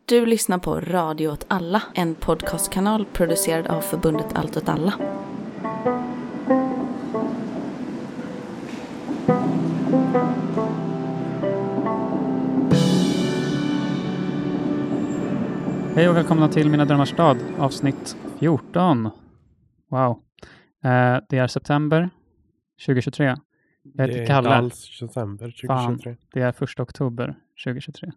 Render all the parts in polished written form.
Du lyssnar på Radio åt alla, en podcastkanal producerad av förbundet Allt åt alla. Hej och välkomna till Mina drömmars stad, avsnitt 14. Wow. Det är september 2023. Jag heter Kalle. Det är inte alls september 2023. Fan, det är 1 oktober 2023.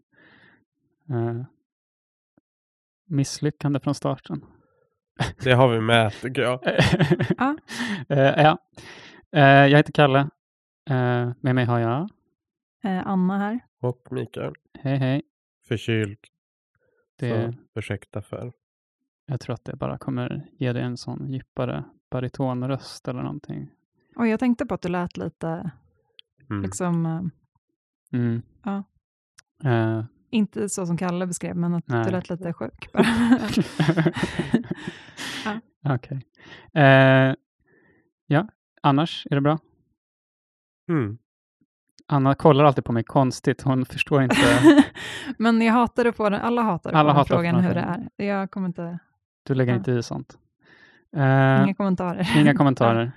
Misslyckande från starten. Det har vi med, tycker jag. Jag heter Kalle. Med mig har jag Anna här. Och Mikael. Hej hej. Förkyld. Det, så ursäkta för. Jag tror att det bara kommer ge dig en sån djupare baritonröst eller någonting. Och jag tänkte på att du lät lite liksom ja. Inte så som Kalle beskrev, men att du lät lite sjuk. Ja. Okej. Ja, annars är det bra? Anna kollar alltid på mig konstigt. Hon förstår inte. Men jag hatar det på den. Alla hatar på frågan hur det är. Jag kommer inte. Du lägger inte i sånt. Inga kommentarer. Inga kommentarer.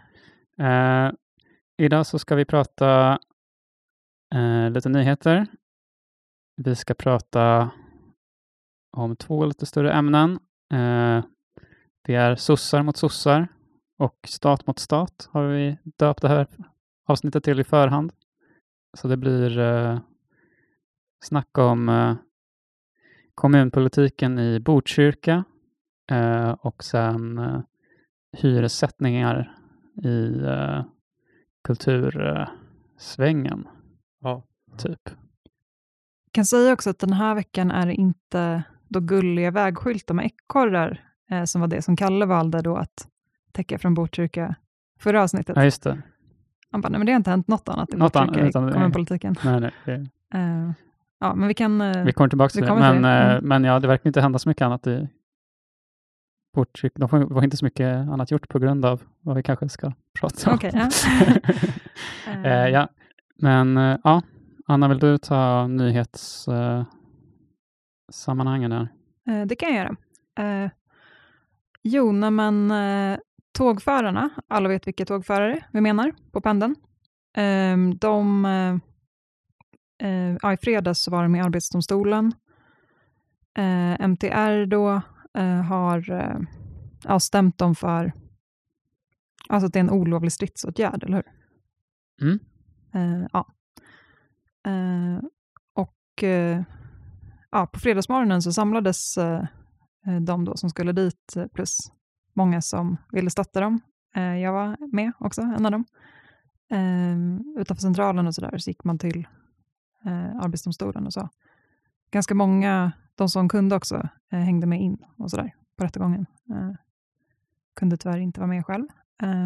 Idag så ska vi prata lite nyheter. Vi ska prata om 2 lite större ämnen. Det är sossar mot sossar och stat mot stat har vi döpt det här avsnittet till i förhand. Så det blir snack om kommunpolitiken i Botkyrka och sen hyressättningar i kultursvängen. Ja. Typ. Jag kan säga också att den här veckan är det inte då gulliga vägskyltar med ekorrar som var det som Kalle valde då att täcka från Botkyrka förra avsnittet. Ja, just det. Han bara, nej, men det har inte hänt något annat i Botkyrka i kommunpolitiken. Nej. Ja, men vi kommer tillbaka till det. Men ja, det verkar inte hända så mycket annat i Botkyrka. Det var inte så mycket annat gjort på grund av vad vi kanske ska prata om. Okej, ja. Men ja, Anna, vill du ta nyhetssammanhangen här? Det kan jag göra. Tågförarna, alla vet vilka tågförare vi menar på pendeln. I fredags så var de i Arbetsdomstolen. MTR då har stämt dem för alltså att det är en olovlig stridsåtgärd, eller hur? På fredagsmorgonen så samlades de då som skulle dit plus många som ville stötta dem. Jag var med också, en av dem. Utanför centralen och sådär så gick man till Arbetsdomstolen och så. Ganska många, de som kunde också, hängde med in och sådär på rättegången. Kunde tyvärr inte vara med själv.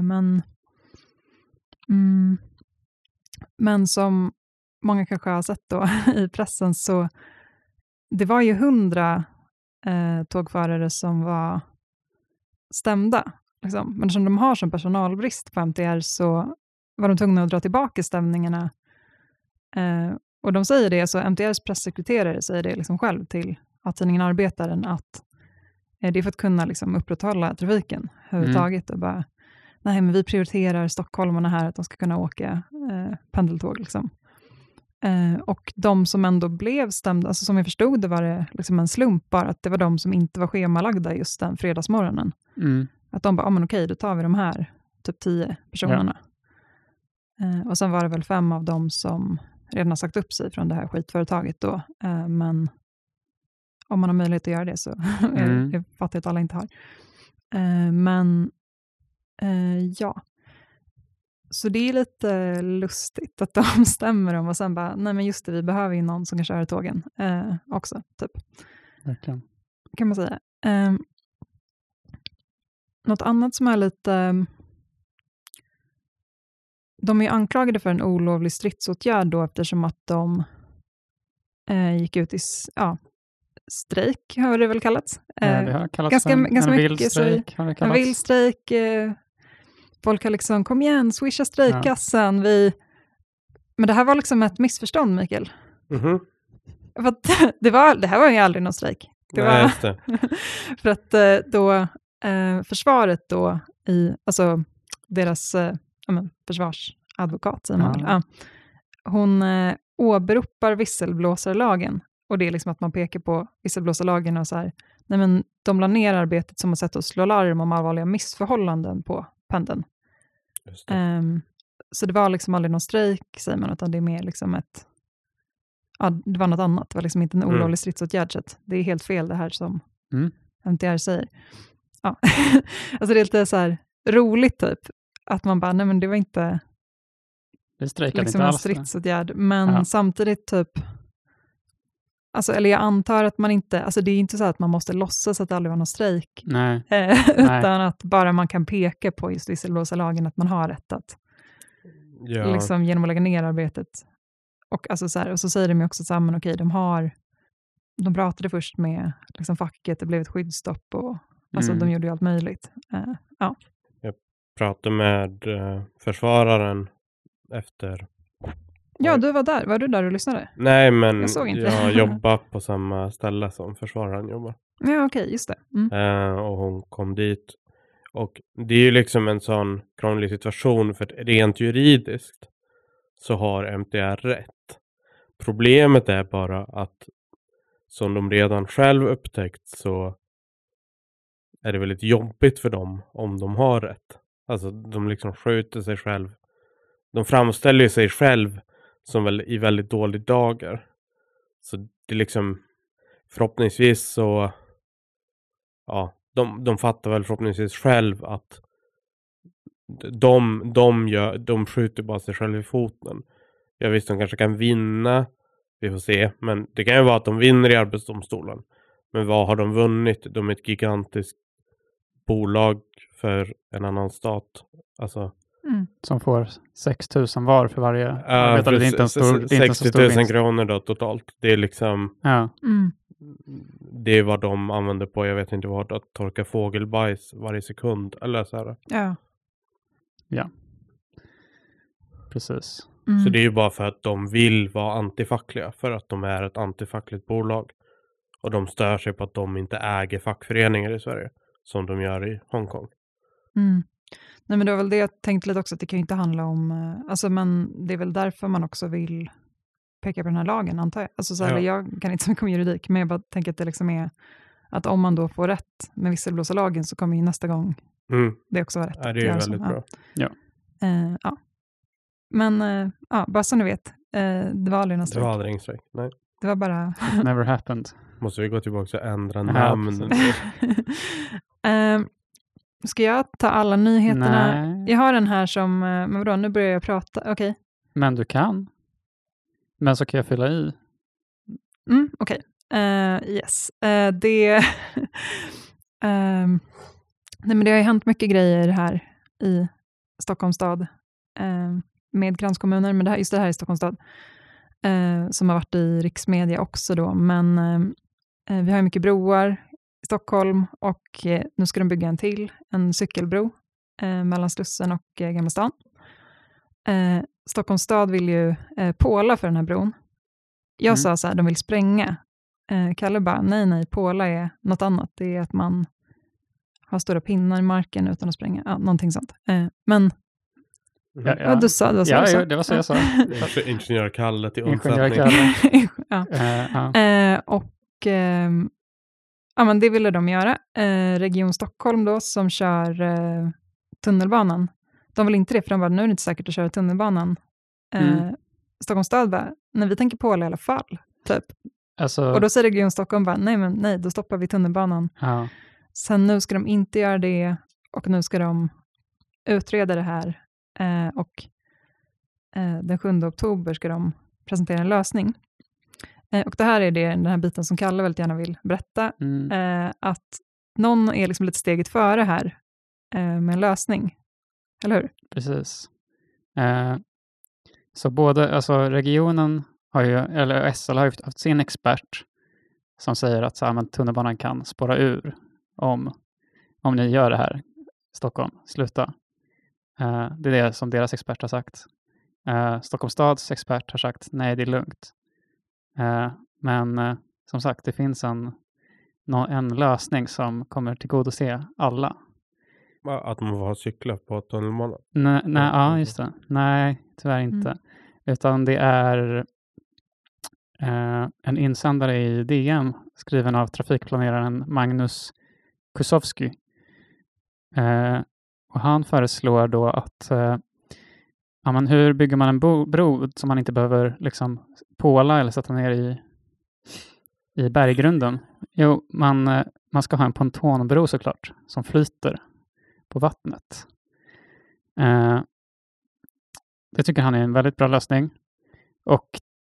Men som många kanske har sett då i pressen så det var ju 100 tågförare som var stämda. Liksom. Men som de har som personalbrist på MTR så var de tvungna att dra tillbaka stämningarna. Och de säger det, så MTRs pressekreterare säger det liksom själv till tidningen Arbetaren att det är för att kunna liksom upprätthålla trafiken överhuvudtaget och bara, nej men vi prioriterar stockholmarna här att de ska kunna åka pendeltåg liksom. Och de som ändå blev stämda, alltså som jag förstod det var det liksom en slump bara att det var de som inte var schemalagda just den fredagsmorgonen. Att de bara, men okej, då tar vi de här typ 10 personerna. Ja. Och sen var det väl 5 av dem som redan har sagt upp sig från det här skitföretaget då. Men om man har möjlighet att göra det så jag fattar att alla inte har. Ja. Så det är lite lustigt att de stämmer dem och sen bara, nej men just det, vi behöver ju någon som kan köra tågen också, typ. Verkligen. Kan man säga. Något annat som är lite... De är anklagade för en olovlig stridsåtgärd då eftersom att de gick ut i strejk, har det väl kallats. Det har kallats ganska en vild mycket strejk. En vild strejk. Folk har liksom, kom igen, swisha strejkkassan. Men det här var liksom ett missförstånd, Mikael. för att det här var ju aldrig någon strejk. Nej, just det. För att då försvaret då alltså deras försvarsadvokat säger man väl. Ja. Hon åberopar visselblåsarlagen, och det är liksom att man pekar på visselblåsarlagen och så här, nej men de la ner arbetet som ett sätt att slå larm om allvarliga missförhållanden på pendeln. Just det. Så det var liksom aldrig någon strejk, säger man, utan det är mer liksom det var något annat. Det var liksom inte en olovlig stridsåtgärd, så det är helt fel det här som MTR säger. Ja. Alltså det är lite så här roligt typ, att man bara, nej men det var inte Det liksom inte en alls. stridsåtgärd, men samtidigt typ, alltså, eller jag antar att man inte, alltså det är inte så att man måste låtsas att det aldrig var någon strejk, Nej. utan att bara man kan peka på just visselblåsarlagen, att man har rätt att liksom genom att lägga ner arbetet. Och, alltså, så här, och så säger de ju också samman, okej, de pratade först med liksom, facket, det blev ett skyddsstopp och alltså, de gjorde ju allt möjligt. Ja. Jag pratade med försvararen efter. Ja, du var där. Var du där och lyssnade? Nej, men Jag såg inte. jag jobbar på samma ställe som försvararen jobbar. Ja, okej, just det. Och hon kom dit. Och det är ju liksom en sån krånglig situation, för rent juridiskt så har MTR rätt. Problemet är bara att som de redan själv upptäckt så är det väldigt jobbigt för dem om de har rätt. Alltså de liksom skjuter sig själv. De framställer ju sig själv som väl i väldigt dålig dagar. Så det är liksom förhoppningsvis så ja, de fattar väl förhoppningsvis själv att de skjuter bara sig själv i foten. Jag visst, de kanske kan vinna. Vi får se. Men det kan ju vara att de vinner i Arbetsdomstolen. Men vad har de vunnit? De är ett gigantiskt bolag för en annan stat. Alltså, som får 6 000 var för varje arbetare. Det är inte en stor, 60 000 kronor då totalt. Det är liksom det är vad de använder på, jag vet inte vad, att torka fågelbajs varje sekund. Eller så här. Ja. Precis. Så det är ju bara för att de vill vara antifackliga. För att de är ett antifackligt bolag. Och de stör sig på att de inte äger fackföreningar i Sverige. Som de gör i Hongkong. Nej, men det var väl det jag tänkte lite också. Att det kan ju inte handla om... Alltså, men det är väl därför man också vill peka på den här lagen, antar jag. Alltså, så här, jag kan inte så mycket om juridik. Men jag bara tänker att det liksom är... Att om man då får rätt med visselblåsarlagen så kommer ju nästa gång det också vara rätt. Ja, det är ju väldigt bra. Ja. Men bara så ni vet, det var aldrig någon strejk. Det var aldrig en strejk, nej. Det var bara... It never happened. Måste vi gå tillbaka och ändra namn? Ska jag ta alla nyheterna? Nej. Jag har den här som... Men vadå, nu börjar jag prata. Okej. Men du kan. Men så kan jag fylla i. Okej. Yes. Det... nej, men det har ju hänt mycket grejer här i Stockholms stad. Med kranskommuner, men just det här i Stockholms stad. Som har varit i riksmedia också då. Men vi har ju mycket broar i Stockholm och nu ska de bygga en cykelbro mellan Slussen och Gamla stan. Stockholms stad vill ju påla för den här bron. Jag sa så här, de vill spränga. Kalle bara, nej, påla är något annat. Det är att man har stora pinnar i marken utan att spränga. Ja, någonting sånt. Men Ja. du sa. Det var så jag sa. Ingenjör Kalle till Ingenjör undsättning. Kalle. Men det ville de göra. Region Stockholm då, som kör tunnelbanan. De vill inte det, för de bara, nu är det inte säkert att köra tunnelbanan. Stockholms stad bara, nej, vi tänker påla i alla fall. Typ. Alltså, och då säger Region Stockholm bara, nej, då stoppar vi tunnelbanan. Ja. Sen nu ska de inte göra det, och nu ska de utreda det här. Och den 7 oktober ska de presentera en lösning. Och det här är den här biten som Kalle väldigt gärna vill berätta. Att någon är liksom lite steget före här med en lösning. Eller hur? Precis. Så både, alltså regionen har ju, eller SL har ju haft sin expert som säger att så här, men tunnelbanan kan spåra ur om ni gör det här. Stockholm, sluta. Det är det som deras expert har sagt. Stockholms stads expert har sagt nej, det är lugnt. Men som sagt, det finns en lösning som kommer tillgodose alla. Att man får cykla på tunnelbanan? Ja, just det. Nej, tyvärr inte. Utan det är en insändare i DN skriven av trafikplaneraren Magnus Kusowski. Och han föreslår då att men hur bygger man en bro som man inte behöver liksom påla eller sätta ner i berggrunden? Jo, man ska ha en pontonbro såklart som flyter på vattnet. Det tycker han är en väldigt bra lösning. Och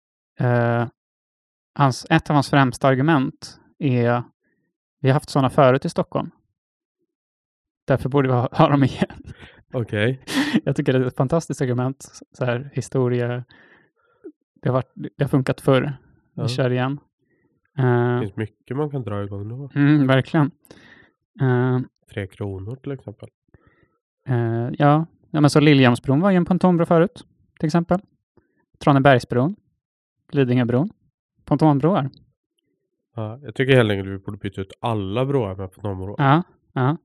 ett av hans främsta argument är vi har haft sådana förut i Stockholm. Därför borde vi ha dem igen. Okej. Jag tycker det är ett fantastiskt argument. Så här, historia. Det har funkat förr. Vi kör igen. Det finns mycket man kan dra igång då. Verkligen. 3 kronor till exempel. Ja, men så Liljeholmsbron var ju en pontonbro förut. Till exempel. Tranebergsbron. Lidingöbron. Pontonbroar. Ja, jag tycker helt enkelt att vi borde byta ut alla broar med pontonbroar. Ja.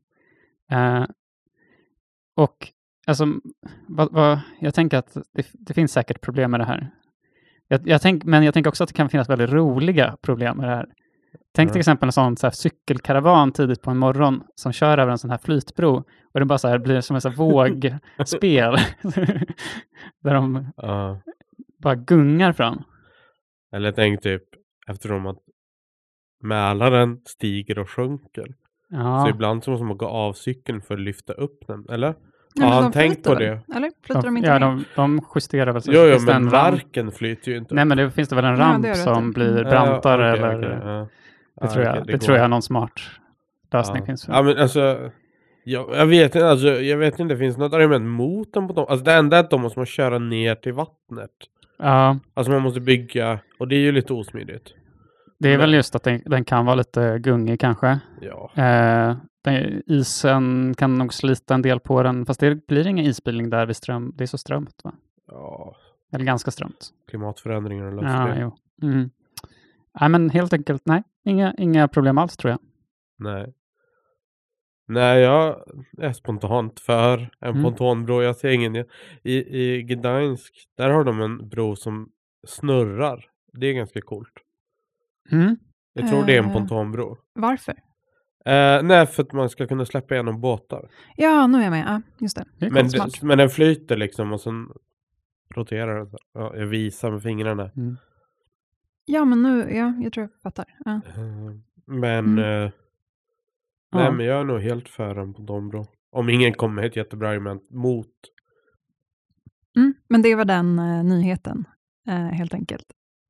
Och alltså, jag tänker att det finns säkert problem med det här. Men jag tänker också att det kan finnas väldigt roliga problem med det här. Tänk till exempel en sån så här cykelkaravan tidigt på en morgon som kör över en sån här flytbro och det bara så här blir som en sån här vågspel där de bara gungar fram. Eller tänk typ eftersom att Mälaren stiger och sjunker. Ja. Så ibland så måste man gå av cykeln för att lyfta upp den, eller? Ja, Har han tänkt på väl? det? Eller flyttar de inte Ja, ner? de justerar väl. Så Jo, finns det men en ramp. marken flyter ju inte. Nej, men det finns det väl en ramp det är som rätt. blir brantare eller... Okay. Det tror jag. Det tror jag är någon smart lösning finns för. Ja, men alltså... Jag vet inte, det finns något argument mot dem på dem. Alltså det enda är att de måste man köra ner till vattnet. Ja. Alltså man måste bygga, och det är ju lite osmidigt. Det är väl just att den kan vara lite gungig kanske. Ja. Isen kan nog slita en del på den. Fast det blir ingen isbildning där vid ström. Det är så strömt, va? Ja. Eller ganska strömt. Klimatförändringar löser det. Jo. Nej, men helt enkelt, nej. Inga problem alls, tror jag. Nej, jag är spontant för en pontonbro. Jag ser ingen... I Gdansk, där har de en bro som snurrar. Det är ganska coolt. Jag tror det är en pontonbro. Varför? Nej, för att man ska kunna släppa igenom båtar. Ja, nu är jag med. Ja, just det. Men den flyter liksom och sen roterar den. Ja, jag visar med fingrarna. Ja, men nu... Ja, jag tror jag fattar. Ja. Nej, men jag är nog helt för en pontonbro. Om ingen kommer med ett jättebra argument mot. Men det var den nyheten, helt enkelt.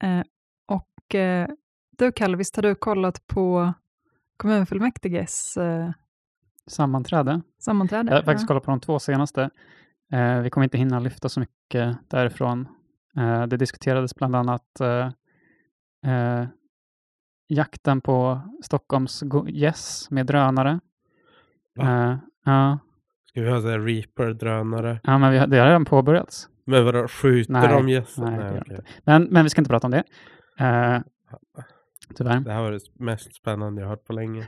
Du, Kalle, visst har du kollat på kommunfullmäktiges Sammanträde? Jag har faktiskt kollat på de 2 senaste. Vi kommer inte hinna lyfta så mycket därifrån. Det diskuterades bland annat jakten på Stockholms gäss med drönare. Ja. Ska vi ha så här Reaper-drönare? Ja, men det har redan påbörjats. Men vadå, skjuter de gässen? Nej, okay. Men vi ska inte prata om det. Tyvärr. Det här var det mest spännande jag har hört på länge.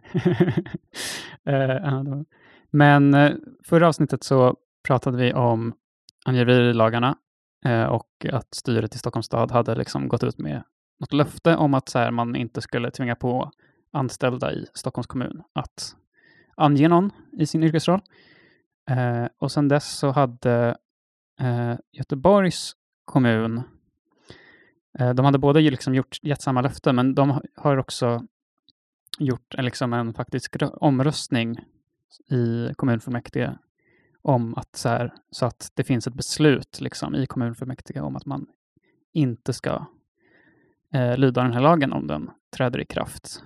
Men förra avsnittet så pratade vi om angiverilagarna och att styret i Stockholms stad hade liksom gått ut med något löfte om att så här, man inte skulle tvinga på anställda i Stockholms kommun att ange någon i sin yrkesroll. Och sedan dess så hade Göteborgs kommun, de hade både liksom gett samma löfte, men de har också gjort liksom en faktisk omröstning i kommunfullmäktige om att så att det finns ett beslut liksom i kommunfullmäktige om att man inte ska lyda den här lagen om den träder i kraft.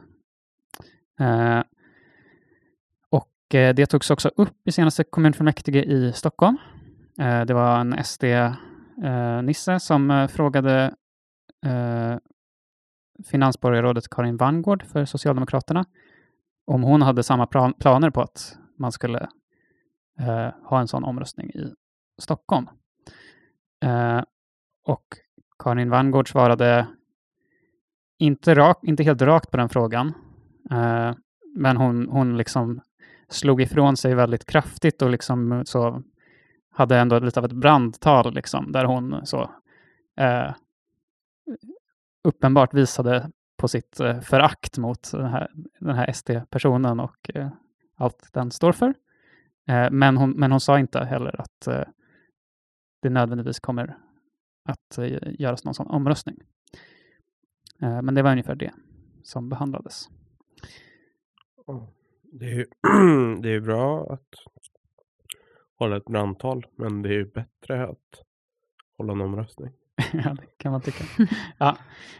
Och det togs också upp i senaste kommunfullmäktige i Stockholm. Det var en SD-nisse som frågade finansborgarrådet Karin Vangård för Socialdemokraterna om hon hade samma planer på att man skulle ha en sån omröstning i Stockholm. Och Karin Vangård svarade inte helt rakt på den frågan. Men hon liksom slog ifrån sig väldigt kraftigt och liksom så hade ändå lite av ett brandtal liksom, där hon så uppenbart visade på sitt förakt mot den här SD-personen och allt den står för. Men hon sa inte heller att det nödvändigtvis kommer att göras någon sån omröstning. Men det var ungefär det som behandlades. Det är bra att hålla ett brandtal, men det är ju bättre att hålla en omröstning. Ja, det kan man tycka. Ja.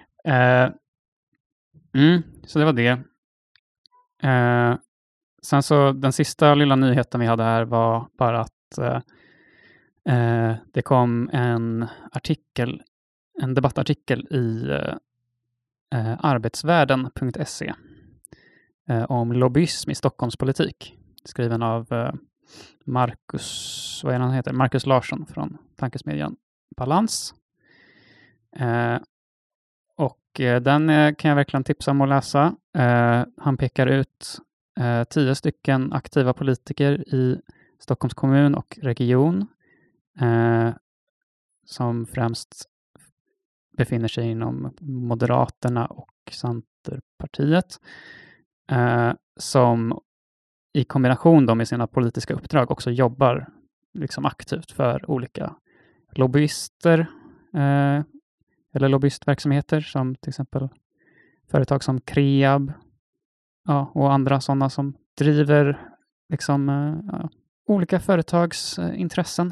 Så det var det. Sen så den sista lilla nyheten vi hade här var bara att det kom en debattartikel i arbetsvärlden.se om lobbyism i Stockholmspolitik, skriven av Marcus Larsson från tankesmedjan Balans. Och den kan jag verkligen tipsa om att läsa. Han pekar ut 10 stycken aktiva politiker i Stockholms kommun och region som främst befinner sig inom Moderaterna och Centerpartiet, som i kombination då med sina politiska uppdrag också jobbar liksom aktivt för olika lobbyister eller lobbyistverksamheter, som till exempel företag som Kreab och andra sådana som driver liksom olika företags intressen.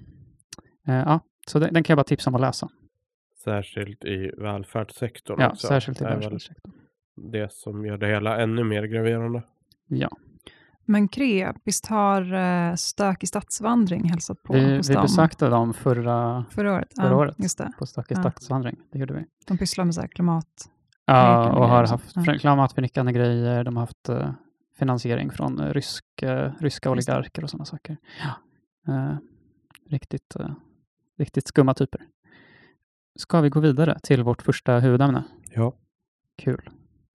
Så den kan jag bara tipsa om att läsa. Särskilt i välfärdssektorn Ja, också. särskilt i det är välfärdssektorn. Det som gör det hela ännu mer graverande. Ja. Men Kreab, visst har Stökig stadsvandring hälsat på hos Vi dem? besökte dem förra året just det. på Stökig stadsvandring. Det gjorde vi. De pysslar med så här klimat. Ja, och har grejer, haft klimatförnyckande grejer. De har haft finansiering från ryska oligarker och sådana saker. Ja. Riktigt skumma typer. Ska vi gå vidare till vårt första huvudämne? Ja. Kul.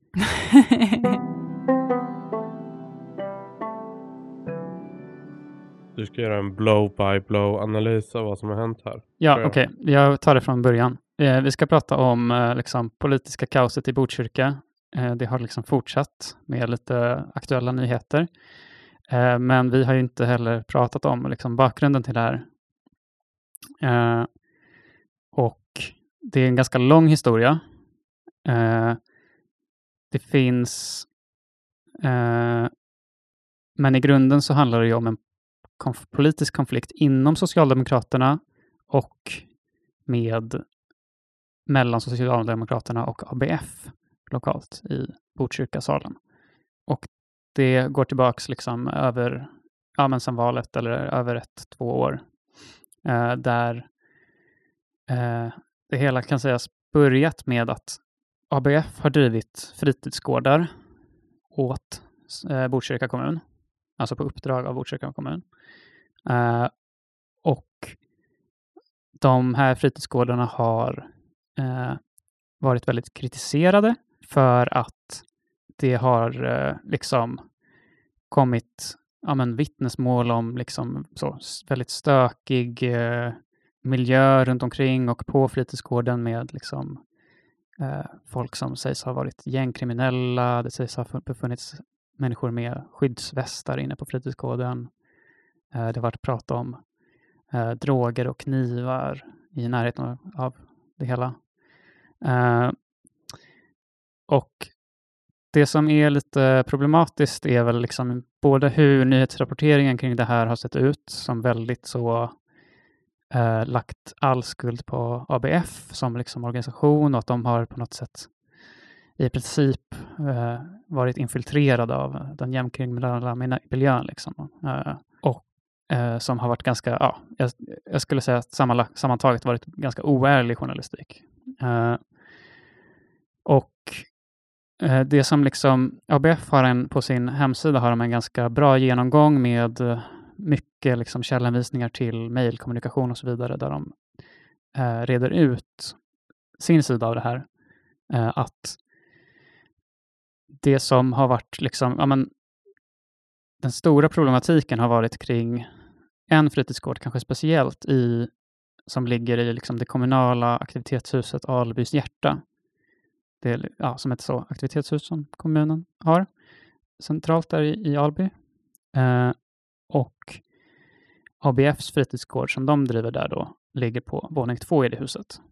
Du ska göra en blow-by-blow-analys av vad som har hänt här. Ja, okej. Jag tar det från början. Vi ska prata om liksom politiska kaoset i Botkyrka. Det har liksom fortsatt med lite aktuella nyheter. Men vi har ju inte heller pratat om liksom bakgrunden till det här. Och det är en ganska lång historia. Det finns... men i grunden så handlar det ju om en politisk konflikt inom Socialdemokraterna och mellan Socialdemokraterna och ABF lokalt i Botkyrkasalen. Och det går tillbaks liksom över, sen valet eller över 1-2 år. Där det hela kan sägas börjat med att ABF har drivit fritidsgårdar åt Botkyrka kommun. Alltså på uppdrag av Botkyrka kommun. Och de här fritidsgårdarna har varit väldigt kritiserade för att det har liksom kommit vittnesmål om liksom så väldigt stökig miljö runt omkring och på fritidsgården med liksom folk som sägs ha varit gängkriminella. Det sägs ha befunnits människor med skyddsvästar inne på fritidsgården. Det har varit prat om droger och knivar i närheten av det hela. Och det som är lite problematiskt är väl liksom både hur nyhetsrapporteringen kring det här har sett ut, som väldigt så lagt all skuld på ABF som liksom organisation, och att de har på något sätt i princip varit infiltrerade av den gängkriminella miljön liksom. Och som har varit ganska, jag skulle säga att sammantaget varit ganska oärlig journalistik. Och det som liksom ABF har på sin hemsida har de en ganska bra genomgång med mycket liksom källhänvisningar till mejlkommunikation och så vidare, där de reder ut sin sida av det här. att det som har varit liksom, den stora problematiken har varit kring en fritidsgård, kanske speciellt som ligger i liksom det kommunala aktivitetshuset Albys hjärta. Det är som ett så aktivitetshus som kommunen har centralt där i Alby. Och ABFs fritidsgård som de driver där då ligger på våning 2 i det huset.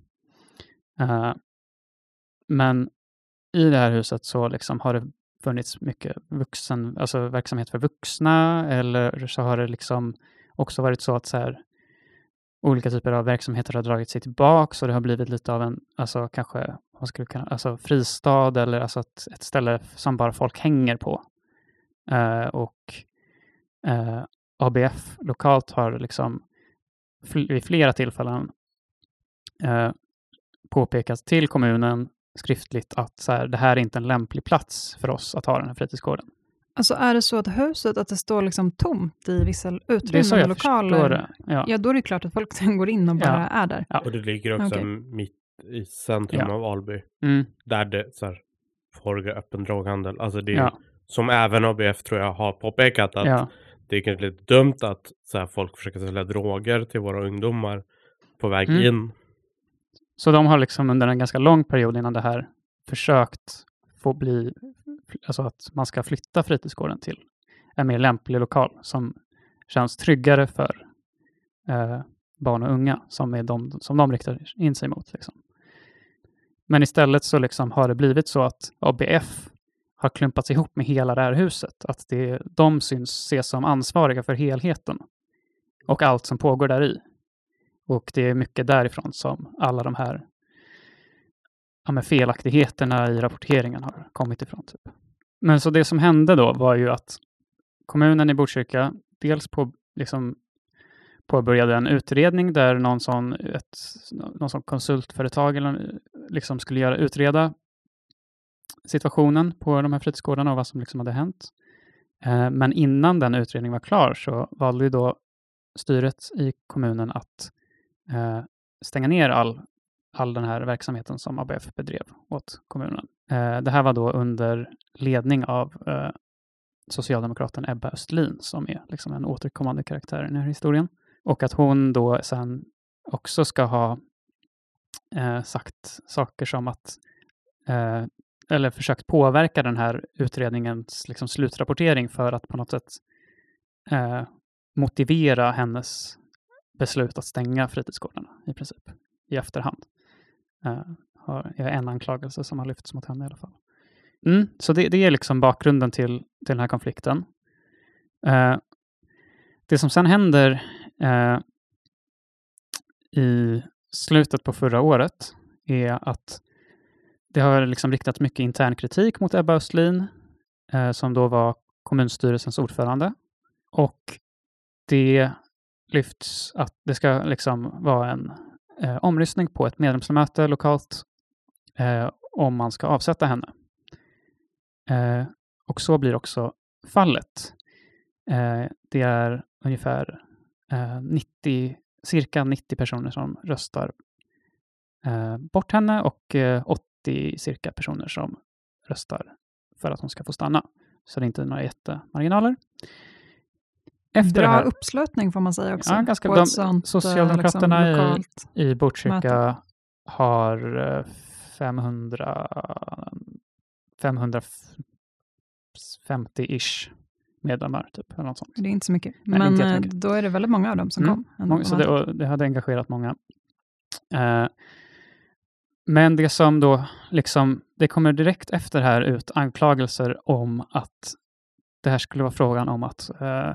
Men i det här huset så liksom har det funnits mycket verksamhet för vuxna, eller så har det liksom också varit så att så här, olika typer av verksamheter har dragit sig tillbaka, så det har blivit lite av en, kanske vad skulle kunna, fristad, eller ett ställe som bara folk hänger på. ABF lokalt har liksom vid flera tillfällen påpekat till kommunen skriftligt att så här, det här är inte en lämplig plats för oss att ha den här fritidsgården. Alltså är det så att huset, att det står liksom tomt i vissa utrymmen och lokaler? Det. Ja, då är det klart att folk går in och bara är där. Ja. Och det ligger också mitt i centrum av Alby. Där det så här, får öppen droghandel. Alltså det är som även ABF tror jag har påpekat att det är kanske lite dumt att så här, folk försöker sälja droger till våra ungdomar på väg in. Så de har liksom under en ganska lång period innan det här försökt få bli, att man ska flytta fritidsgården till en mer lämplig lokal som känns tryggare för barn och unga som är de riktar in sig mot. Liksom. Men istället så liksom har det blivit så att ABF har klumpats ihop med hela det här huset. Att de ses som ansvariga för helheten och allt som pågår där i. Och det är mycket därifrån som alla de här felaktigheterna i rapporteringen har kommit ifrån. Typ. Men så det som hände då var ju att kommunen i Botkyrka dels påbörjade en utredning där någon sån konsultföretag liksom skulle utreda situationen på de här fritidsgårdarna och vad som liksom hade hänt. Men innan den utredningen var klar så valde ju då styret i kommunen att stänga ner all den här verksamheten som ABF bedrev åt kommunen. Det här var då under ledning av socialdemokraten Ebba Östlin som är liksom en återkommande karaktär i den här historien. Och att hon då sen också ska ha sagt saker som att eller försökt påverka den här utredningens liksom slutrapportering för att på något sätt motivera hennes beslut att stänga fritidsgårdarna i princip i efterhand. Är en anklagelse som har lyfts mot henne i alla fall. Så det är liksom bakgrunden till den här konflikten. Det som sen händer i slutet på förra året är att det har liksom riktats mycket intern kritik mot Ebba Östlin som då var kommunstyrelsens ordförande. Och det lyfts att det ska liksom vara en omröstning på ett medlemsmöte lokalt om man ska avsätta henne. Och så blir också fallet. Det är ungefär cirka 90 personer som röstar bort henne och 80 cirka personer som röstar för att hon ska få stanna. Så det är inte några jättemarginaler. Efter bra uppslutning får man säga också. Ja, ganska Socialdemokraterna liksom, i Botkyrka har 550-ish medlemmar. Typ, eller något sånt. Det är inte så mycket. Men då är det väldigt många av dem som kom. Så det hade engagerat många. Men det som då liksom, det kommer direkt efter här ut anklagelser om att det här skulle vara frågan om att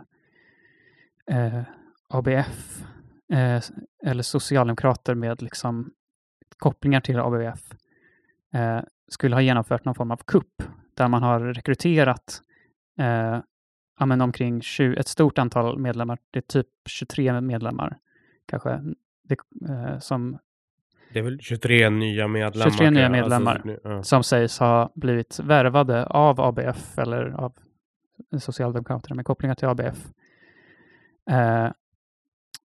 ABF eller socialdemokrater med liksom kopplingar till ABF skulle ha genomfört någon form av kupp där man har rekryterat omkring ett stort antal medlemmar. Det är typ 23 medlemmar kanske. Det är väl 23 nya medlemmar. 23 nya medlemmar som sägs ha blivit värvade av ABF eller av socialdemokraterna med kopplingar till ABF.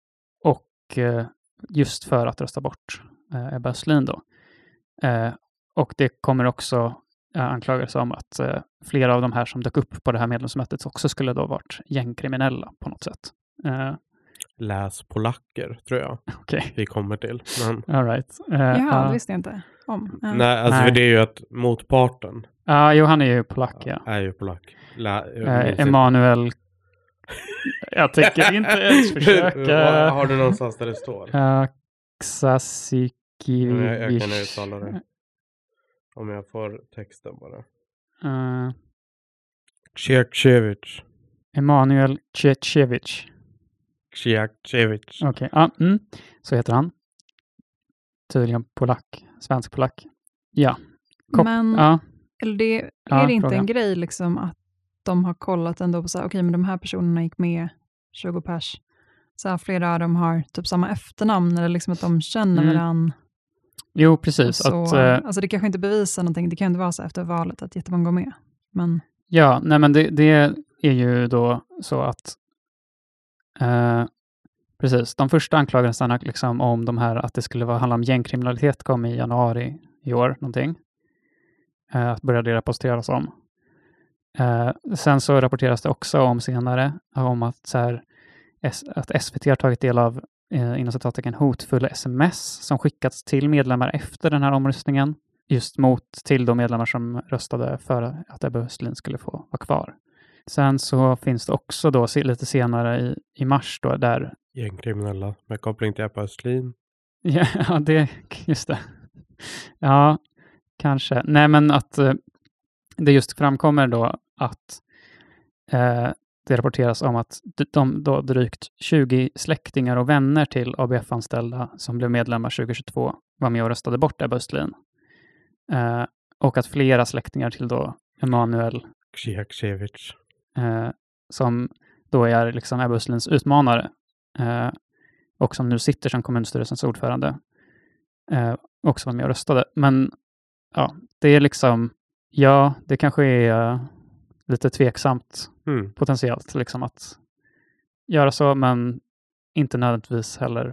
Och just för att rösta bort Ebba Östlin då. Och det kommer också anklagelser om att flera av de här som dök upp på det här medlemsmötet också skulle då varit gängkriminella på något sätt. Läs polacker, tror jag. Okej. Vi kommer till. Men... All right. Jaha, det visste jag inte om. Nej, alltså för det är ju att motparten. Jo, han är ju polack, ja. Är ju polack. Emanuel. Jag tänker inte ens försöka. Har du någonstans där det står? Ksasikivich. Jag kan uttala det. Om jag får texten bara. Tjekchevich. Emanuel Tjekchevich. Tjekchevich. Okej, så heter han. Tydligen polack. Svensk polack. Ja. Men eller det är inte en grej liksom att de har kollat ändå på så här, okej, men de här personerna gick med 20 pers. Så här, flera av dem har typ samma efternamn eller liksom att de känner varandra. Jo, precis. Så, alltså det kanske inte bevisar någonting. Det kan inte vara så efter valet att jättemånga går med. Men... Ja, nej men det är ju då så att precis, de första anklagelserna liksom om de här att det skulle handla om gängkriminalitet kom i januari i år någonting. Att började det rapporteras om. Sen så rapporteras det också om senare om att, så här, att SVT har tagit del av inom citattecken hotfulla sms som skickats till medlemmar efter den här omröstningen just till de medlemmar som röstade för att Ebba Östlin skulle få vara kvar. Sen så finns det också då lite senare i mars då där gängkriminella med koppling till Ebba Östlin. Ja, just det. Ja, kanske. Nej, men att det just framkommer då att det rapporteras om att de då drygt 20 släktingar och vänner till ABF-anställda som blev medlemmar 2022 var med och röstade bort Ebba Östlin. Och att flera släktingar till då Emanuel Tjekchevich som då är liksom Ebba Östlins utmanare och som nu sitter som kommunstyrelsens ordförande också var med och röstade. Men ja, det är liksom det kanske är lite tveksamt potentiellt liksom att göra så, men inte nödvändigtvis heller.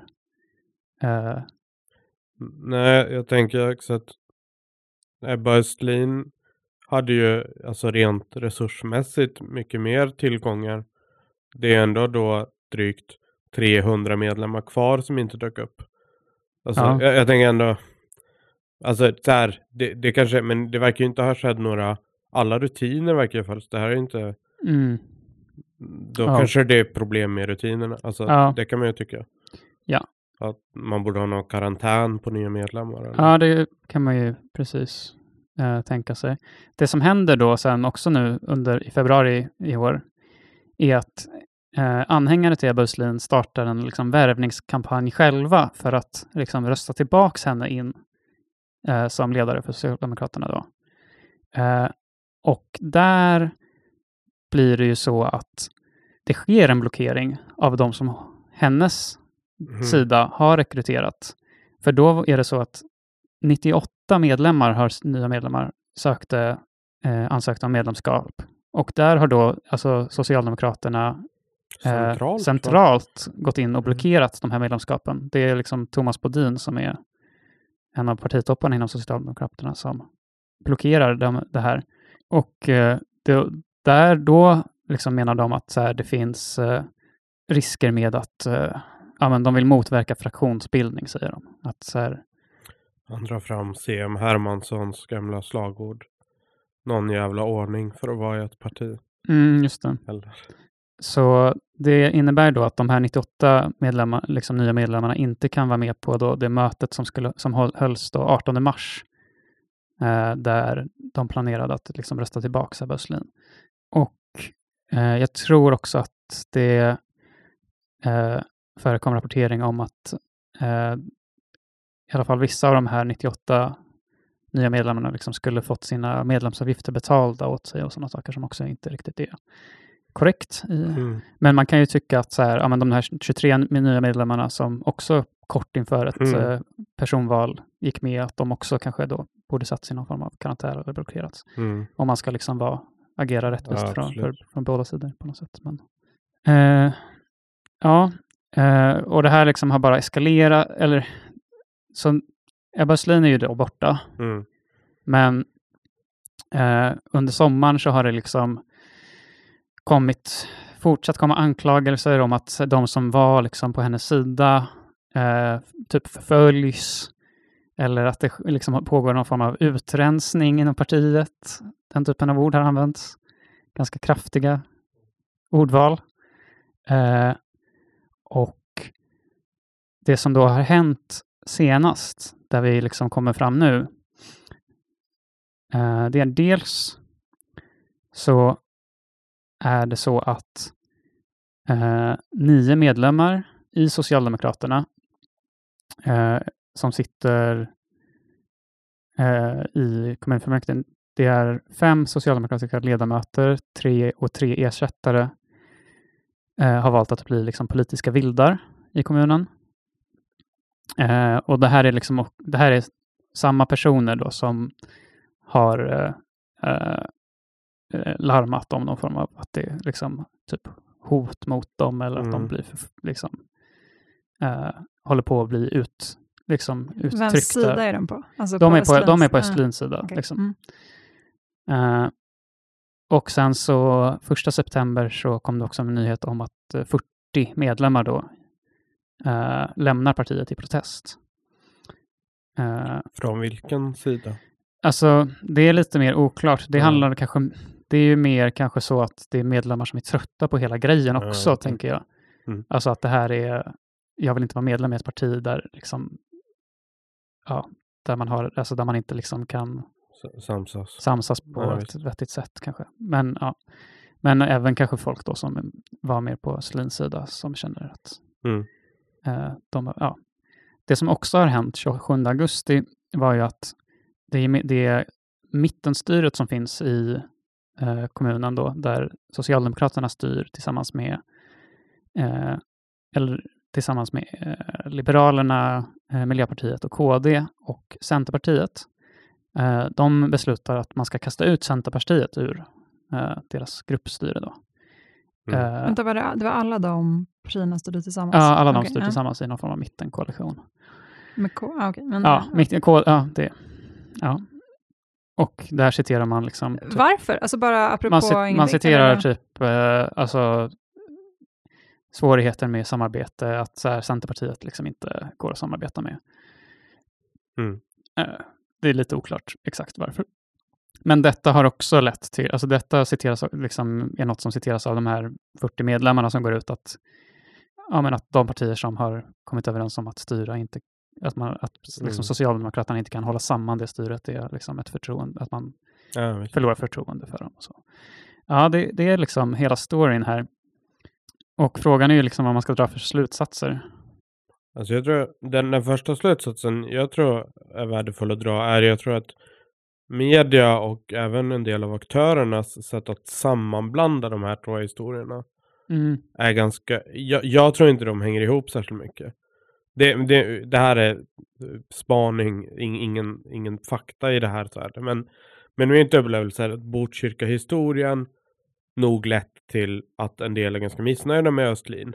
Nej, jag tänker också att Ebba Östlin hade ju alltså rent resursmässigt mycket mer tillgångar. Det är ändå då drygt 300 medlemmar kvar som inte dök upp. Alltså, jag tänker ändå alltså så här, det kanske, men det verkar ju inte ha skett alla rutiner verkar ju falskt. Det här är inte då kanske det är problem med rutinerna. Alltså det kan man ju tycka. Ja. Att man borde ha någon karantän på nya medlemmar. Eller? Ja, det kan man ju precis tänka sig. Det som händer då sen också nu i februari i år är att anhängare till Ebba Östlin startar en liksom värvningskampanj själva för att liksom rösta tillbaks henne in som ledare för Socialdemokraterna då. Och där blir det ju så att det sker en blockering av de som hennes sida har rekryterat. För då är det så att 98 nya medlemmar ansökte om medlemskap. Och där har då alltså Socialdemokraterna centralt gått in och blockerat de här medlemskapen. Det är liksom Thomas Bodin som är en av partitopparna inom Socialdemokraterna som blockerar det här. Och då liksom menar de att så här, det finns risker med att men de vill motverka fraktionsbildning, säger de. Att så här, han drar fram C.M. Hermanssons gamla slagord. Någon jävla ordning för att vara i ett parti. Just det. Eller? Så det innebär då att de här 98 nya medlemmarna inte kan vara med på då det mötet som hölls då 18 mars. Där de planerade att liksom rösta tillbaka Ebba Östlin. Och jag tror också att det förekom rapportering om att i alla fall vissa av de här 98 nya medlemmarna liksom skulle fått sina medlemsavgifter betalda åt sig och sådana saker som också inte riktigt är korrekt. Men man kan ju tycka att så här, men de här 23 nya medlemmarna som också kort inför ett personval gick med, att de också kanske då borde satt i någon form av karantän eller blockerats. Om man ska liksom agera rättvist från båda sidor på något sätt. Men, och det här liksom har bara eskalerat, eller så Ebba Östlin är ju då borta. Men under sommaren så har det liksom fortsatt komma anklagelser om att de som var liksom på hennes sida typ förföljs, eller att det liksom pågår någon form av utrensning inom partiet. Den typen av ord har använts. Ganska kraftiga ordval. Och det som då har hänt senast, där vi liksom kommer fram nu, det är dels så är det så att 9 medlemmar i Socialdemokraterna som sitter i kommunfullmäktige, det är 5 socialdemokratiska ledamöter, 3 ersättare har valt att bli liksom politiska vildar i kommunen. Och det här är samma personer då som har larmat om någon form av att det är liksom typ hot mot dem, eller att de blir liksom håller på att bli uttryckta. Vems sida är de på? Alltså de är på Östlins sida. Okay. Liksom. Och sen så 1 september så kom det också en nyhet om att 40 medlemmar då lämnar partiet i protest. Från vilken sida? Alltså, det är lite mer oklart. Det handlar kanske, det är ju mer kanske så att det är medlemmar som är trötta på hela grejen också, tänker jag. Alltså att det här är, jag vill inte vara medlem i ett parti där liksom, där man inte liksom kan samsas på ett vettigt sätt kanske. Men även kanske folk då som var mer på Slins sida som känner att det som också har hänt 27 augusti var ju att det är mittenstyret som finns i kommunen då, där Socialdemokraterna styr tillsammans med Liberalerna, Miljöpartiet och KD och Centerpartiet. De beslutar att man ska kasta ut Centerpartiet ur deras gruppstyre då. Vänta, det var alla de partierna styrde tillsammans? Ja, alla de styrde tillsammans i någon form av mittenkoalition. Med okay. Och där citerar man liksom... Typ, varför? Alltså bara apropå man citerar typ alltså svårigheter med samarbete, att så här, Centerpartiet liksom inte går att samarbeta med. Det är lite oklart exakt varför. Men detta har också lett till, alltså detta citeras liksom, är något som citeras av de här 40 medlemmarna som går ut att de partier som har kommit överens om att styra inte, att liksom Socialdemokraterna inte kan hålla samman det styret, det är liksom ett förtroende, att man förlorar förtroende för dem och så. Ja, det är liksom hela storyn här. Och frågan är ju liksom vad man ska dra för slutsatser. Alltså jag tror den första slutsatsen jag tror är värdefull att dra är, jag tror att media och även en del av aktörernas sätt att sammanblanda de här 2 historierna är ganska, jag tror inte de hänger ihop särskilt mycket. Det här är spaning, ingen fakta i det här så här. Men min upplevelse är att Botkyrka-historien nog lett till att en del är ganska missnöjda med Östlin.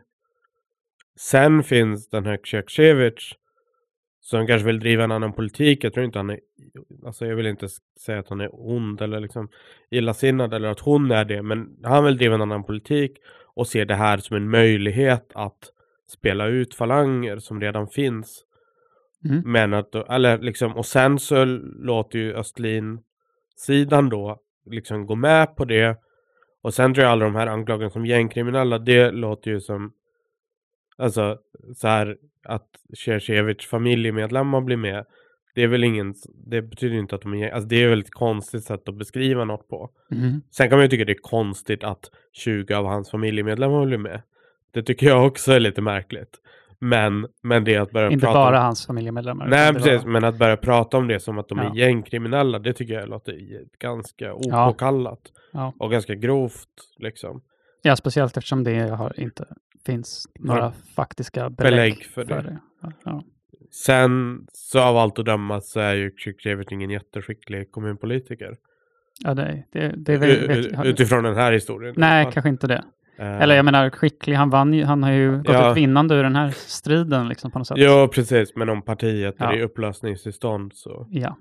Sen finns den här Krzykowicz som kanske vill driva en annan politik. Jag tror inte han är, alltså jag vill inte säga att han är ond eller liksom illasinnad eller att hon är det, men han vill driva en annan politik och ser det här som en möjlighet att spela ut falanger som redan finns. Men att, eller liksom, och sen så låter ju Östlin-sidan då liksom gå med på det. Och sen tror jag alla de här anklagelserna som gängkriminella, det låter ju som, alltså så här, att Krzykowicz familjemedlemmar blir med. Det är väl det betyder inte att de är, alltså det är väl ett konstigt sätt att beskriva något på. Sen kan man ju tycka det är konstigt att 20 av hans familjemedlemmar blir med. Det tycker jag också är lite märkligt. Men det att börja inte prata bara om, hans familjemedlemmar. nej precis, men att börja prata om det som att de är gängkriminella, det tycker jag låter ganska opåkallat. Och ganska grovt liksom. Ja, speciellt eftersom det inte finns några faktiska belägg för det. Ja. Sen så av allt att döma så är ju Krzykowicz ingen jätteskicklig kommunpolitiker. Ja, det är utifrån den här historien. Nej, kanske inte det. Eller jag menar, skicklig, han har ju gått ut vinnande ur den här striden liksom på något sätt. Ja, precis. Men om partiet är i upplösningstillstånd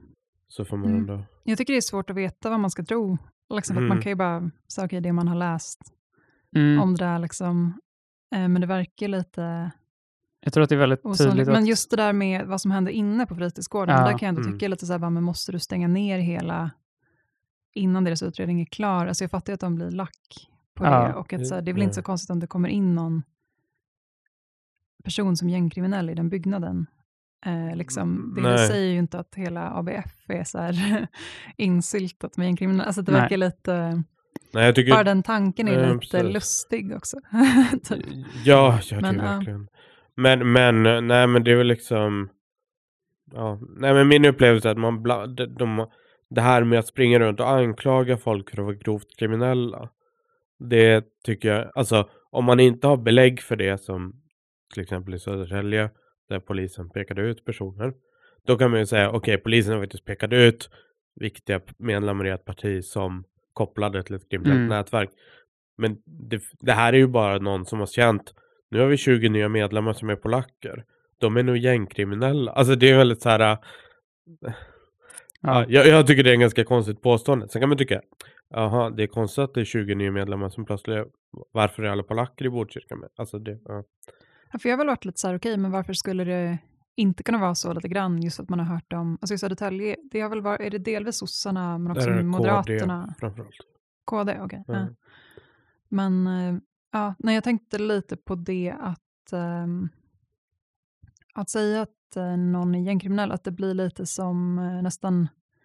så får man ändå... Jag tycker det är svårt att veta vad man ska tro. Liksom, för att man kan ju bara säga okej, det man har läst om det där. Liksom. Men det verkar lite... Jag tror att det är väldigt tydligt. Men just det där med vad som händer inne på fritidsgården, där kan jag ändå tycka lite så här, men måste du stänga ner hela innan deras utredning är klar? Alltså jag fattar ju att de blir lack på det. Och att, så här, det är väl inte så konstigt om det kommer in någon person som gängkriminell i den byggnaden. Liksom, det säger ju inte att hela ABF är så här insyltat med gängkriminell. Alltså det verkar lite... Nej, jag tycker... Bara den tanken är lite lustig också. Typ. Ja, det är verkligen. Men det är väl liksom... Ja, nej, men min upplevelse är att man det här med att springa runt och anklaga folk för att vara grovt kriminella, det tycker jag, alltså om man inte har belägg för det, som till exempel i Södertälje där polisen pekade ut personer, då kan man ju säga okej, polisen har faktiskt pekat ut viktiga medlemmar i ett parti som kopplade till ett kriminellt nätverk. Men det här är ju bara någon som har känt, nu har vi 20 nya medlemmar som är polacker. De är nog gängkriminella. Alltså det är väldigt så här... Jag tycker det är en ganska konstigt påstående. Sen kan man tycka, jaha, det är konstigt att det är 20 nya medlemmar som plötsligt... Varför är alla polacker i Botkyrka med? Alltså det... Ja, för jag har väl varit lite så här, okej, men varför skulle det inte kunna vara så lite grann, just att man har hört om... Alltså i Södertälje, det har väl varit, är det delvis sossarna, men också Moderaterna? KD framförallt. KD, okej. Ja. Men när jag tänkte lite på det att säga att någon är gängkriminell, att det blir lite som nästan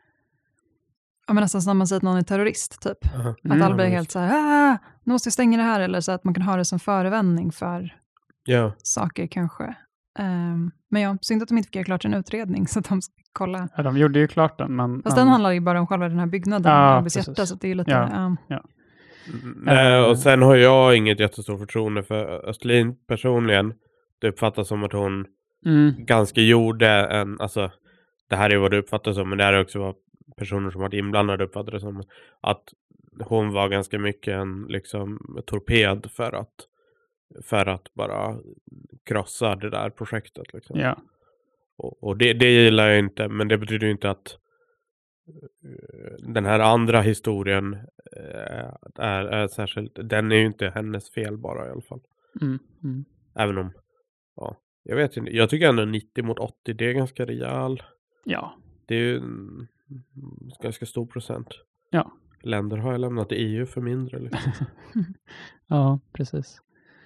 som man säger att någon är terrorist typ. Att alla blir helt så här, nu måste jag stänga det här, eller så att man kan ha det som förevändning för saker kanske. Men synd att de inte fick göra klart en utredning så att de ska kolla. Ja, de gjorde ju klart den. Men, fast den handlar ju bara om själva den här byggnaden, Albeshjärta, så det är lite... Och sen har jag inget jättestort förtroende för Östlin personligen. Det uppfattas som att hon ganska gjorde en, alltså det här är vad det uppfattas som, men det här är också vad personer som varit inblandade uppfattade som, att hon var ganska mycket en liksom torped för att bara krossa det där projektet liksom. Ja. Och det gillar jag inte, men det betyder ju inte att den här andra historien är särskilt, den är ju inte hennes fel bara i alla fall. Även om, jag vet inte, jag tycker ändå 90-80, det är ganska rejäl. Ja. Det är ju en ganska stor procent. Ja. Länder har jag lämnat EU för mindre liksom. Ja, precis.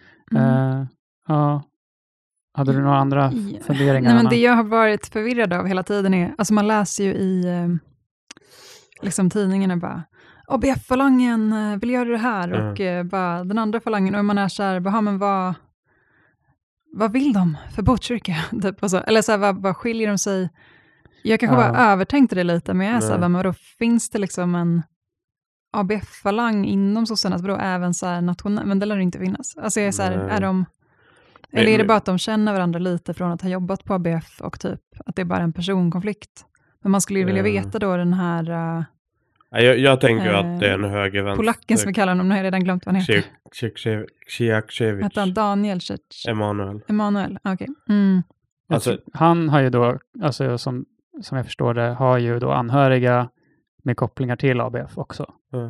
Hade du några andra funderingar? Nej, men det jag har varit förvirrad av hela tiden är, alltså man läser ju i liksom tidningarna bara, ABF-falangen vill göra det här och bara den andra falangen, och man är så här, men vad vill de för Botkyrka? Typ, alltså, eller så här, vad skiljer de sig? Jag kanske bara övertänkte det lite, men jag är så här, men då finns det liksom en ABF-falang inom sossarna, då även så här nationellt, men det lär det inte finnas. Alltså jag är så här, är de... Eller är det bara att de känner varandra lite från att ha jobbat på ABF och typ att det är bara en personkonflikt? Men man skulle ju vilja veta då den här... jag tänker ju att det är en högervänster... Polacken som vi kallar honom, nu har jag redan glömt vad han heter. Ciakciewicz. Heter han Daniel? Emanuel, okej. Alltså, han har ju då, alltså som jag förstår det, har ju då anhöriga med kopplingar till ABF också.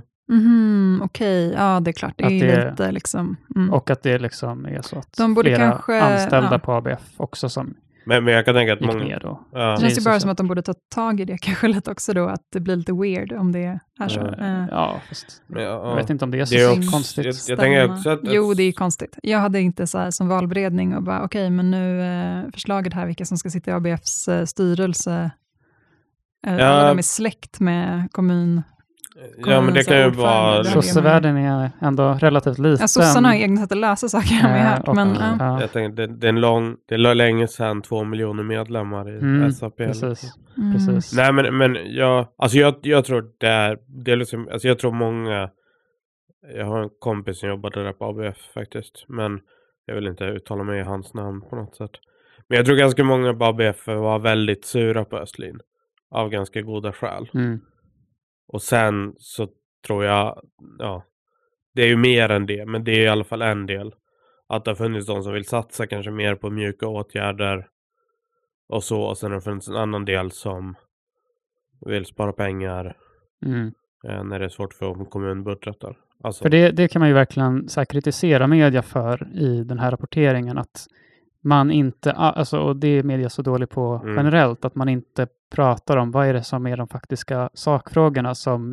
Okej, ja det är klart. Det är lite liksom... Och att det liksom är så att de borde flera kanske, anställda på ABF också som men jag kan tänka att gick ner då. Det känns ju bara som att de borde ta tag i det kanske lite också då, att det blir lite weird om det är så. Ja, fast jag vet inte om det är så konstigt. Jag tänker också att... Jo, det är konstigt. Jag hade inte så här som valberedning och bara okej, men nu förslaget här, vilka som ska sitta i ABFs styrelse. Alla de är släkt med kommun. Ja, men det kan ju vara... Sossevärlden är ändå relativt liten. Ja, sossarna har egna sätt att läsa saker, har vi hört. Men, jag tänkte, det är länge sedan 2 miljoner medlemmar i SAP. Precis. Nej, men jag tror det är liksom, alltså jag tror många... Jag har en kompis som jobbade där på ABF faktiskt, men jag vill inte uttala mig i hans namn på något sätt. Men jag tror ganska många på ABF var väldigt sura på Östlin. Av ganska goda skäl. Och sen så tror jag, det är ju mer än det, men det är i alla fall en del. Att det har funnits de som vill satsa kanske mer på mjuka åtgärder och så. Och sen har det funnits en annan del som vill spara pengar Mm. när det är svårt för kommunbudgetar. Alltså, För det kan man ju verkligen så här kritisera media för i den här rapporteringen, att man inte, alltså, och det är media så dålig på generellt, att man inte pratar om vad är det som är de faktiska sakfrågorna som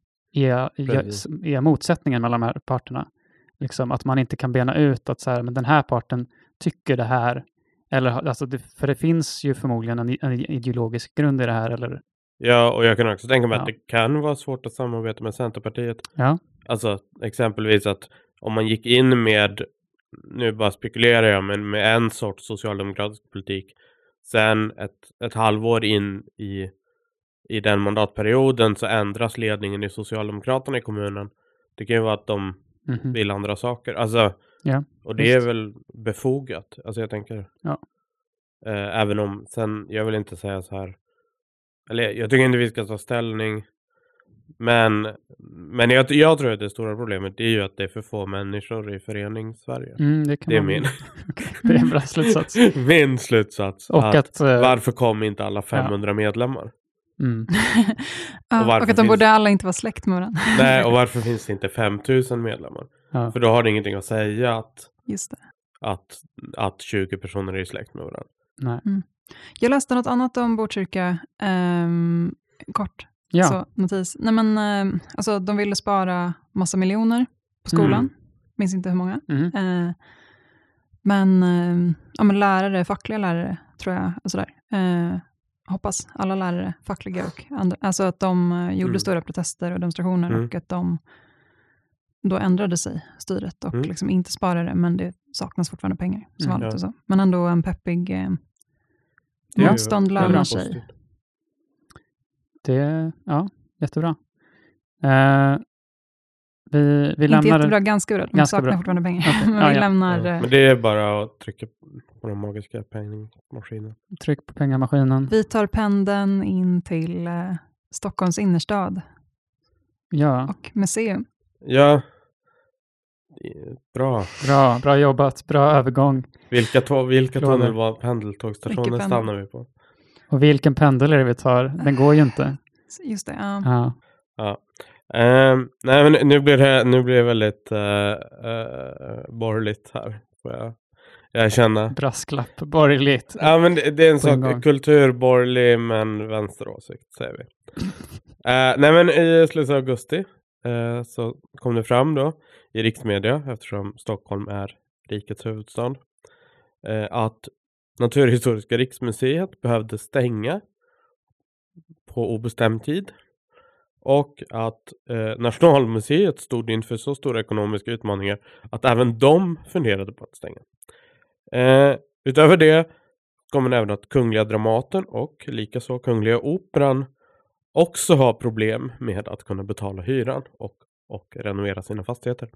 är motsättningen mellan de här parterna. Liksom att man inte kan bena ut att så här, men den här parten tycker det här. Eller, alltså för det finns ju förmodligen en ideologisk grund i det här. Eller? ja, och jag kan också tänka mig att det kan vara svårt att samarbeta med Centerpartiet. Ja. Alltså exempelvis att om man gick in med, nu bara spekulerar jag, men med en sorts socialdemokratisk politik, sen ett halvår in i den mandatperioden så ändras ledningen i Socialdemokraterna i kommunen. Det kan ju vara att de vill andra saker. Alltså, och det är väl befogat. Alltså jag tänker, även om, sen, jag vill inte säga så här, eller jag tycker inte vi ska ta ställning, men jag tror att det stora problemet är ju att det är för få människor i föreningssverige. Det är min. Det är en bra slutsats. Min slutsats. Och att varför kom inte alla 500 medlemmar? Och att de borde alla inte vara släkt med varandra. Nej, och varför finns det inte 5000 medlemmar? Ja. För då har det ingenting att säga Just det. att 20 personer är släkt med varandra. Nej. Jag läste något annat om Botkyrka, kort. Ja. Så, notis. Nej, men, alltså, de ville spara massa miljoner på skolan. Minns inte hur många. Men lärare, fackliga lärare tror jag. Och sådär. Hoppas alla lärare, fackliga och andra. Alltså att de gjorde stora protester och demonstrationer och att de då ändrade sig, styret, och liksom inte sparade, men det saknas fortfarande pengar som vanligt och så. Men ändå en peppig motstånd lönar sig. Det, jättebra. Vi inte lämnar jättebra, ganska bra. De saknar fortfarande pengar. Okay. Men vi lämnar... Men det är bara att trycka på den magiska pengmaskinen. Tryck på pengamaskinen. Vi tar pendeln in till Stockholms innerstad. Ja. Och museum. Ja. Bra jobbat. Bra övergång. Vilka pendeltågstationer stannar vi på? Och vilken pendel är det vi tar? Den går ju inte. Just det, ja. Nej, men nu blir det väldigt borgerligt här. Jag känner. Brasklapp, borgerligt. Ja, men det är en sak, kulturborgerlig men vänsteråsikt, säger vi. Nej, men i slutet av augusti så kom det fram då i riksmedia, eftersom Stockholm är rikets huvudstad, att Naturhistoriska riksmuseet behövde stänga på obestämd tid. Och att Nationalmuseet stod inför så stora ekonomiska utmaningar att även de funderade på att stänga. Utöver det kommer även att Kungliga Dramaten och likaså Kungliga Operan också har problem med att kunna betala hyran och renovera sina fastigheter.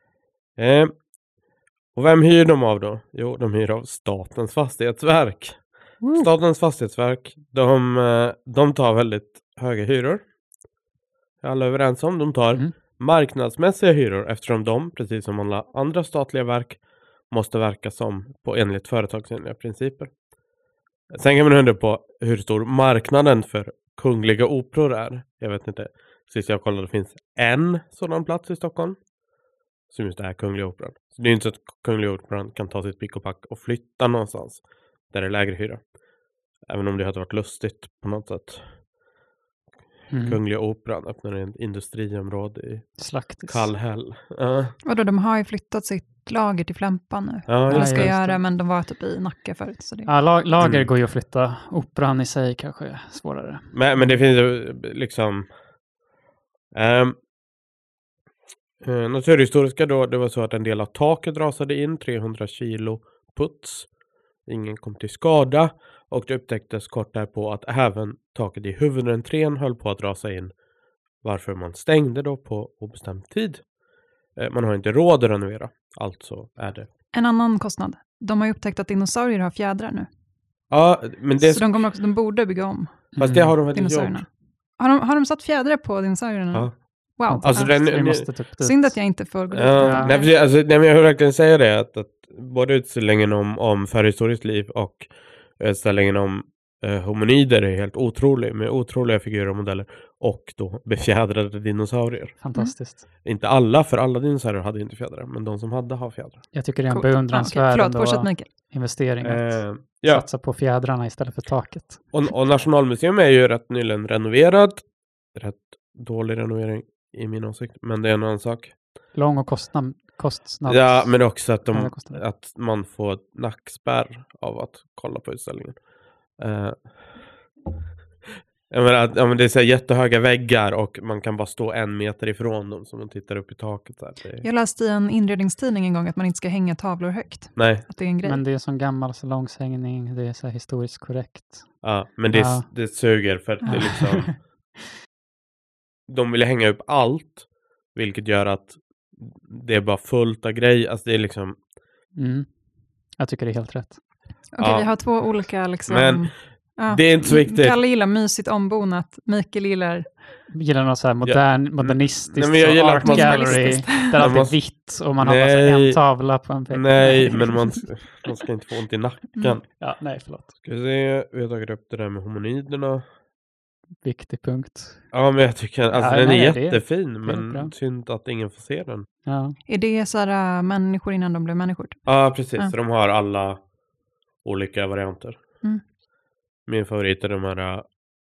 Och vem hyr de av då? Jo, de hyr av Statens fastighetsverk. Statens fastighetsverk, de tar väldigt höga hyror. Alla är överens om. De tar marknadsmässiga hyror eftersom de, precis som alla andra statliga verk, måste verka enligt företagsenliga principer. Sen kan man undra på hur stor marknaden för kungliga operor är. Jag vet inte. Sist jag kollade, det finns en sådan plats i Stockholm som just är Kungliga Operan. Så det är inte så att Kungliga Operan kan ta sitt pick och pack och flytta någonstans där det är lägre hyra. Även om det hade varit lustigt på något sätt. Kungliga Operan öppnar ett industriområde i Kallhäll. Vadå, de har ju flyttat sitt lager till Flämpan nu. Ja, ska göra, men de var typ i Nacka förut. Så det... lager går ju att flytta. Operan i sig kanske är svårare. Men det finns ju liksom... Naturhistoriska då, det var så att en del av taket rasade in, 300 kilo puts. Ingen kom till skada. Och det upptäcktes kort därpå att även taket i huvudentrén höll på att rasa in. Varför man stängde då på obestämd tid. Man har inte råd att renovera. Alltså är det. En annan kostnad. De har ju upptäckt att dinosaurier har fjädrar nu. Ja, men det... Så de borde bygga om. Fast det har de faktiskt gjort. Har de satt fjädrar på dinosaurierna? Ja. Wow. Alltså synd att jag inte får gå dit. Nej, men jag vill verkligen säga det. Att både utställningen om förhistorisk liv och utställningen om hominider är helt otrolig. Med otroliga figurer och modeller. Och då befjädrade dinosaurier. Fantastiskt. Inte alla, för alla dinosaurier hade inte fjädrar. Men de som hade har fjädrar. Jag tycker det är en Coolt. beundransvärd Förlåt, fortsätt Mikael. investering att Ja. satsa på fjädrarna istället för taket. Och Nationalmuseum är ju rätt nyligen renoverad. Rätt dålig renovering i min åsikt. Men det är en annan sak. Lång och kostsnabb. Ja, men också att, Ja, det kostar det. att man får nackspärr av att kolla på utställningen. Jag menar att, men det är så här jättehöga väggar och man kan bara stå 1 meter ifrån dem som man tittar upp i taket. Så här. Jag läste i en inredningstidning en gång att man inte ska hänga tavlor högt. Nej, Att det är en grej. Men det är som gammal salongshängning. Det är så här historiskt korrekt. ja, men det, Ja. det suger för att det är liksom... De vill hänga upp allt, vilket gör att det är bara fullt av grejer. Alltså det är liksom... Mm. Jag tycker det är helt rätt. Okej, Ja. vi har 2 olika liksom... Men ja. det är inte så viktigt. Kalle gillar mysigt ombonat. Mikael gillar... Gillar något så här modernistiskt. Nej, men jag gillar art att man- gallery. Där allt är måste- vitt och man har bara så här Nej. en tavla på en vägg. Nej, men man ska inte få ont i nacken. Ja, nej, förlåt. Ska vi se, vi har tagit upp det där med hominiderna. Viktig punkt. Ja, men jag tycker alltså Ja, den nej, är det är- jättefin, det är men bra. synd att ingen får se den. Ja. Är det så här människor innan de blev människor? Ja, precis. Ja. Så de har alla olika varianter. Mm. Min favorit är de här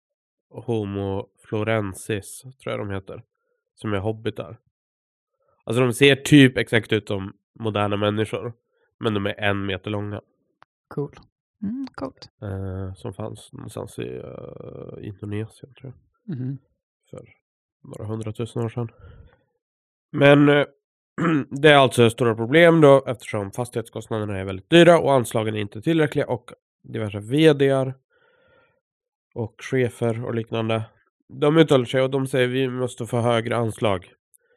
Homo florensis, tror jag de heter. Som är hobbitar. Alltså de ser typ exakt ut som moderna människor. Men de är 1 meter långa. Cool. Coolt. Som fanns någonstans i Indonesien, tror jag. Mhm. För några 100 000 år sedan. Men det är alltså stora problem då, eftersom fastighetskostnaderna är väldigt dyra och anslagen är inte tillräckliga och diverse vd:ar och chefer och liknande. De uttalar sig och de säger vi måste få högre anslag.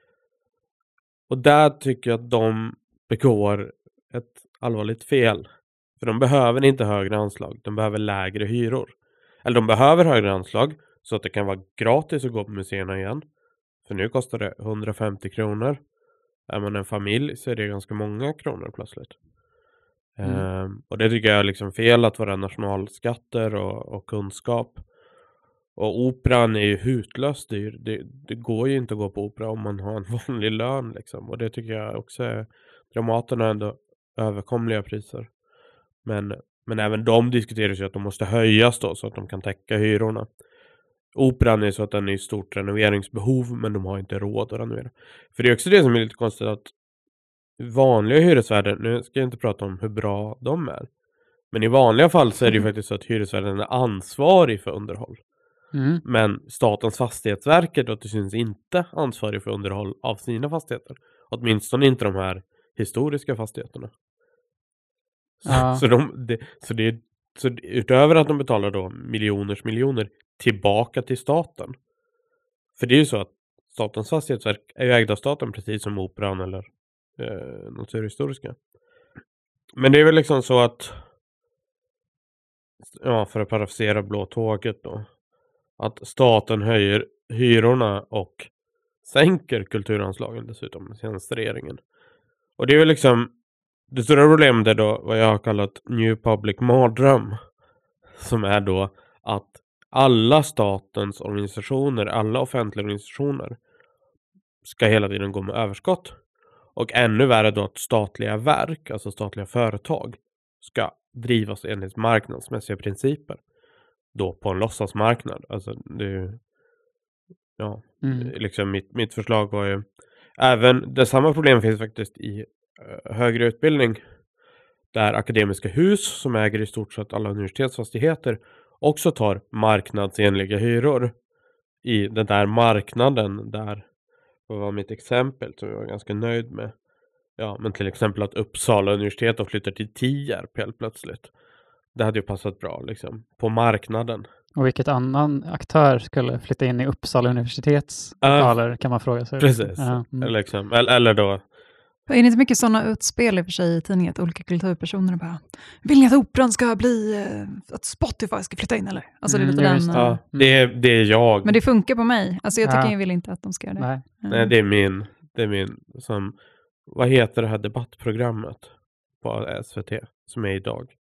Och där tycker jag att de begår ett allvarligt fel. För de behöver inte högre anslag, de behöver lägre hyror. Eller de behöver högre anslag så att det kan vara gratis att gå på museerna igen. För nu kostar det 150 kronor. Är man en familj så är det ganska många kronor plötsligt. Och det tycker jag är liksom fel att våra nationalskatter och kunskap. Och operan är ju hutlöst dyr. Det går ju inte att gå på opera om man har en vanlig lön liksom. Och det tycker jag också är... Dramaten har ändå överkomliga priser. Men även de diskuterar ju att de måste höjas då så att de kan täcka hyrorna. Operan är så att den är i stort renoveringsbehov men de har inte råd att renovera. För det är också det som är lite konstigt att vanliga hyresvärdar, nu ska jag inte prata om hur bra de är. Men i vanliga fall så är det ju faktiskt så att hyresvärden är ansvarig för underhåll. Mm. Men Statens fastighetsverk då till syns inte ansvarig för underhåll av sina fastigheter. Åtminstone inte de här historiska fastigheterna. Ja. Så utöver att de betalar då miljoner tillbaka till staten. För det är ju så att Statens fastighetsverk är ju ägda av staten precis som operan eller naturhistoriska. Men det är väl liksom så att, ja, för att parafrasera Blå tåget då, att staten höjer hyrorna och sänker kulturanslagen dessutom med senaste regeringen. Och det är väl liksom det stora problemet är då vad jag har kallat New Public mardröm. Som är då att alla statens organisationer, alla offentliga organisationer ska hela tiden gå med överskott. Och ännu värre då att statliga verk, alltså statliga företag, ska drivas enligt marknadsmässiga principer. Då på en låtsasmarknad. Alltså det är ju, ja, liksom mitt förslag var ju även, det samma problem finns faktiskt i högre utbildning. Där Akademiska Hus, som äger i stort sett alla universitetsfastigheter, också tar marknadsenliga hyror i den där marknaden där, vad var mitt exempel som jag var ganska nöjd med. Ja, men till exempel att Uppsala universitet har flyttat till Tierp helt plötsligt. Det hade ju passat bra liksom, på marknaden. Och vilket annan aktör skulle flytta in i Uppsala universitets lokaler kan man fråga sig. Precis, Ja, liksom, eller då. Är det inte mycket sådana utspel i och för sig i tidningen att olika kulturpersoner bara, vill ni att operan ska bli, att Spotify ska flytta in eller? Alltså det är lite den. Ja, det är jag. Men det funkar på mig. Alltså jag tycker jag vill inte att de ska göra det. Nej. Nej, det är min som, vad heter det här debattprogrammet på SVT som är idag?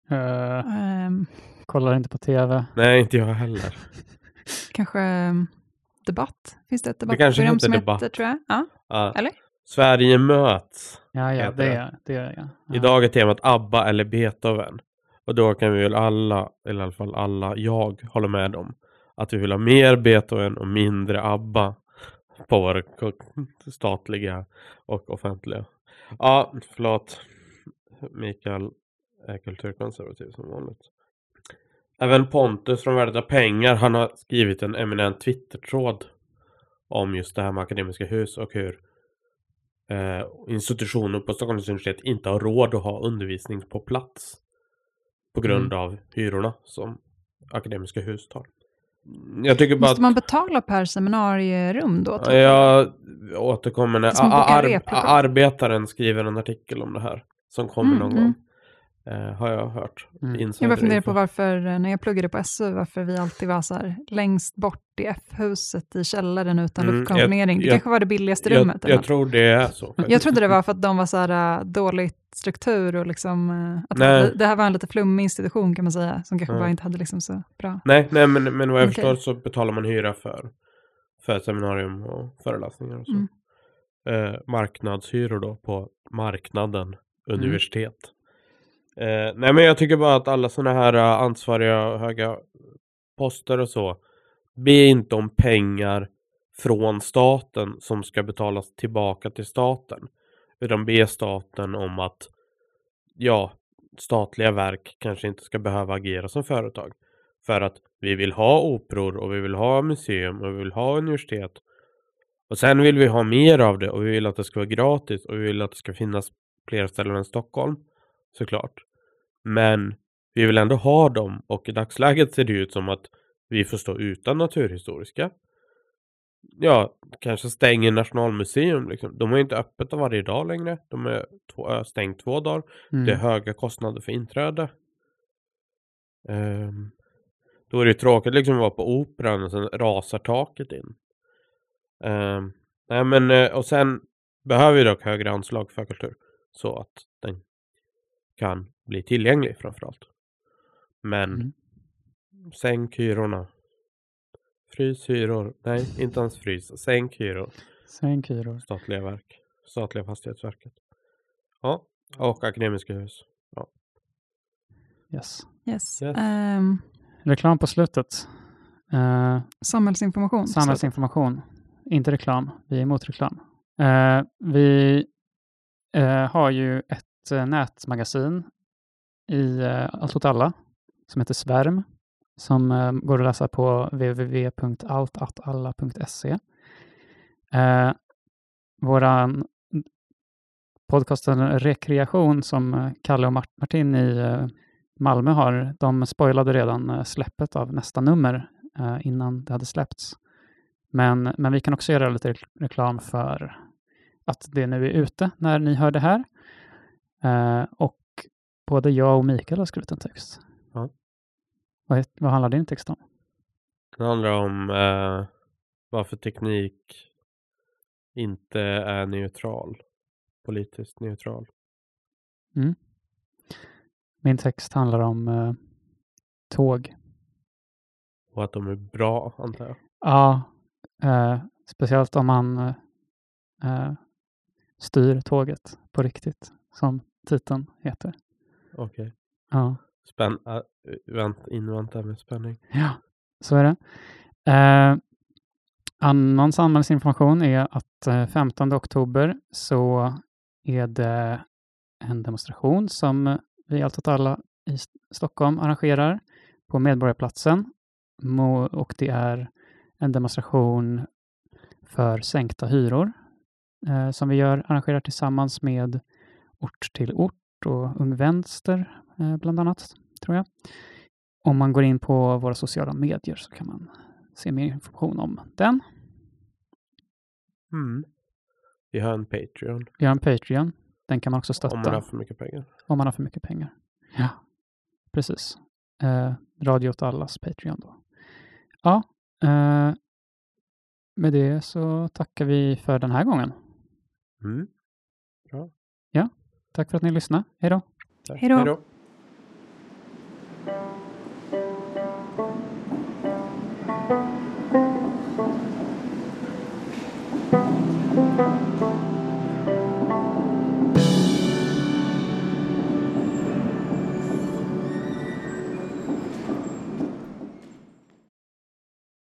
Kollar inte på tv. Nej, inte jag heller. Kanske Debatt. Finns det ett Det kanske debattprogram heter som Debatt. heter, tror jag? Ja. Ja. Eller? Sverige möts. Ja, heter det är jag. Ja. Idag är temat ABBA eller Beethoven. Och då kan vi väl alla, eller i alla fall alla, jag håller med om att vi vill ha mer Beethoven och mindre ABBA på våra statliga och offentliga. Ja, förlåt. Mikael är kulturkonservativ som vanligt. Även Pontus från Värdet av pengar, han har skrivit en eminent Twitter-tråd om just det här med Akademiska hus och hur institutioner på Stockholms universitet inte har råd att ha undervisning på plats på grund av hyrorna som Akademiska hus tar. Jag tycker bara Måste man betala per seminarierum då? Typ? Jag återkommer när Som bokar replokal. Arbetaren skriver en artikel om det här som kommer någon gång. Har jag hört. Jag bara funderar på varför, när jag pluggade på SU, varför vi alltid var så här längst bort i F-huset i källaren utan luftkonditionering. Det kanske var det billigaste rummet. Jag tror det är så. Faktiskt. Jag trodde det var för att de var så här dåligt struktur och liksom, att det här var en lite flummig institution kan man säga, som kanske bara inte hade liksom så bra. Nej, men vad jag förstår så betalar man hyra för seminarium och föreläsningar och så. Marknadshyror då på marknaden universitet. Nej, men jag tycker bara att alla såna här ansvariga höga poster och så, be inte om pengar från staten som ska betalas tillbaka till staten, utan be staten om att statliga verk kanske inte ska behöva agera som företag, för att vi vill ha operor och vi vill ha museum och vi vill ha universitet, och sen vill vi ha mer av det och vi vill att det ska vara gratis och vi vill att det ska finnas fler ställen än Stockholm, såklart. Men vi vill ändå ha dem, och i dagsläget ser det ut som att vi får stå utan naturhistoriska. Ja, kanske stänger Nationalmuseum liksom. De är inte öppet varje dag längre. De är stängt 2 dagar. Det är höga kostnader för inträde. Då är det tråkigt liksom att vara på operan och sen rasar taket in. Nej, men och sen behöver vi dock högre anslag för kultur så att den kan bli tillgänglig framförallt. Men sänk hyrorna. Frys hyror. Nej, inte ens frys. Sänk hyror. Sänk hyror. Statliga verk. Statliga fastighetsverket. Ja, och Akademiska hus. Ja. Yes. Reklam på slutet. Samhällsinformation. Samhällsinformation. Inte reklam. Vi är emot reklam. Vi har ju ett nätmagasin i Allt åt alla som heter Svärm, som går att läsa på www.alltatalla.se. Våran podcasten Rekreation som Kalle och Martin i Malmö har, de spoilade redan släppet av nästa nummer innan det hade släppts. Men vi kan också göra lite reklam för att det nu är ute när ni hör det här. Och både jag och Mikael har skrivit en text. Ja. Vad handlar din text om? Det handlar om varför teknik inte är neutral. Politiskt neutral. Min text handlar om tåg. Och att de är bra, antar jag. Ja, speciellt om man styr tåget på riktigt, som titeln heter. Okej. Ja. Invänta med spänning. Ja, så är det. Annan samhällsinformation är att 15 oktober så är det en demonstration som vi Allt åt alla i Stockholm arrangerar på Medborgarplatsen. Och det är en demonstration för sänkta hyror som vi arrangerar tillsammans med Ort till ort och Ung Vänster bland annat, tror jag. Om man går in på våra sociala medier så kan man se mer information om den. Vi har en Patreon. Den kan man också stötta. Om man har för mycket pengar. Om man har för mycket pengar. Ja, precis. Radio åt allas Patreon då. Ja, med det så tackar vi för den här gången. Bra. Ja, tack för att ni lyssnade. Hej då. Hej då.